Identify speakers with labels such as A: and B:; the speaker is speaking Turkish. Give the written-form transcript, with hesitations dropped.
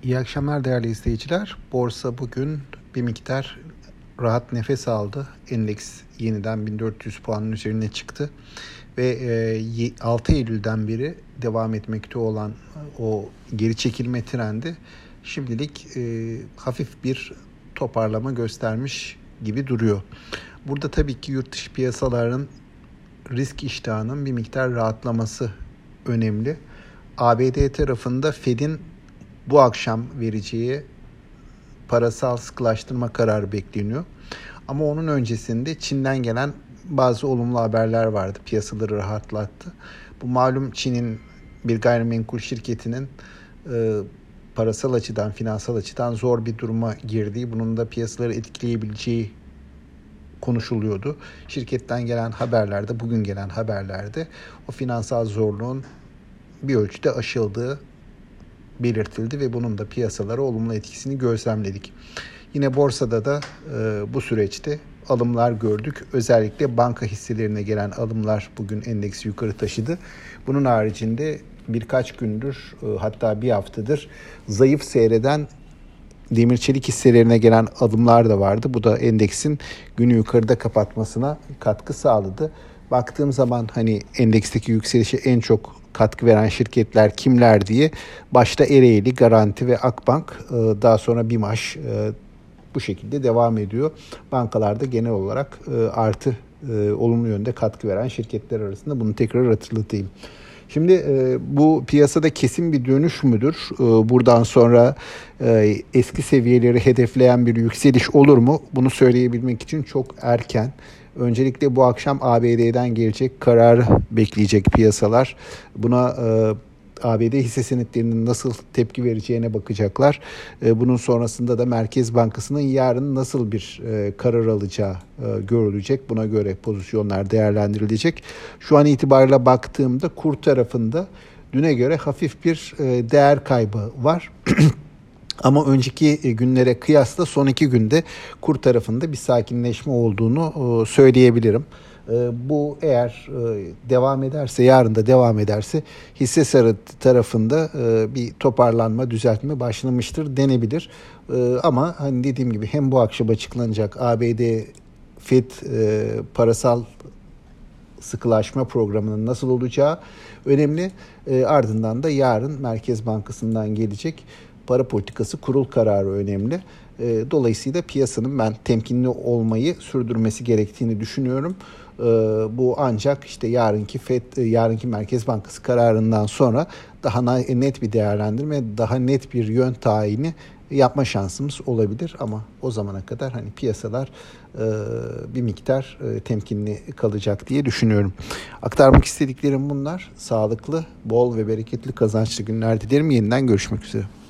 A: İyi akşamlar değerli izleyiciler. Borsa bugün bir miktar rahat nefes aldı. Endeks yeniden 1400 puanın üzerine çıktı. Ve 6 Eylül'den beri devam etmekte olan o geri çekilme trendi şimdilik hafif bir toparlama göstermiş gibi duruyor. Burada tabii ki yurt dışı piyasaların risk iştahının bir miktar rahatlaması önemli. ABD tarafında Fed'in bu akşam vereceği parasal sıkılaştırma kararı bekleniyor. Ama onun öncesinde Çin'den gelen bazı olumlu haberler vardı. Piyasaları rahatlattı. Bu malum Çin'in bir gayrimenkul şirketinin parasal açıdan, finansal açıdan zor bir duruma girdiği, bunun da piyasaları etkileyebileceği konuşuluyordu. Şirketten gelen haberlerde, bugün gelen haberlerde o finansal zorluğun bir ölçüde aşıldığı belirtildi ve bunun da piyasalara olumlu etkisini gözlemledik. Yine borsada da bu süreçte alımlar gördük. Özellikle banka hisselerine gelen alımlar bugün endeksi yukarı taşıdı. Bunun haricinde birkaç gündür hatta bir haftadır zayıf seyreden demir çelik hisselerine gelen alımlar da vardı. Bu da endeksin günü yukarıda kapatmasına katkı sağladı. Baktığım zaman hani endeksteki yükselişe en çok katkı veren şirketler kimler diye başta Ereğli, Garanti ve Akbank, daha sonra BİMAŞ bu şekilde devam ediyor. Bankalarda genel olarak artı olumlu yönde katkı veren şirketler arasında, bunu tekrar hatırlatayım. Şimdi bu piyasada kesin bir dönüş müdür? Buradan sonra eski seviyeleri hedefleyen bir yükseliş olur mu? Bunu söyleyebilmek için çok erken. Öncelikle bu akşam ABD'den gelecek kararı bekleyecek piyasalar. Buna ABD hisse senetlerinin nasıl tepki vereceğine bakacaklar. Bunun sonrasında da Merkez Bankası'nın yarın nasıl bir karar alacağı görülecek. Buna göre pozisyonlar değerlendirilecek. Şu an itibariyle baktığımda kur tarafında düne göre hafif bir değer kaybı var. Ama önceki günlere kıyasla son 2 günde kur tarafında bir sakinleşme olduğunu söyleyebilirim. Bu eğer devam ederse, yarın da devam ederse hisse senedi tarafında bir toparlanma, düzeltme başlamıştır denebilir. Ama hani dediğim gibi hem bu akşam açıklanacak ABD Fed parasal sıkılaşma programının nasıl olacağı önemli. Ardından da yarın Merkez Bankası'ndan gelecek para politikası kurul kararı önemli. Dolayısıyla piyasanın ben temkinli olmayı sürdürmesi gerektiğini düşünüyorum. Bu ancak işte yarınki Merkez Bankası kararından sonra daha net bir değerlendirme, daha net bir yön tayini yapma şansımız olabilir. Ama o zamana kadar hani piyasalar bir miktar temkinli kalacak diye düşünüyorum. Aktarmak istediklerim bunlar. Sağlıklı, bol ve bereketli, kazançlı günler dilerim. Yeniden görüşmek üzere.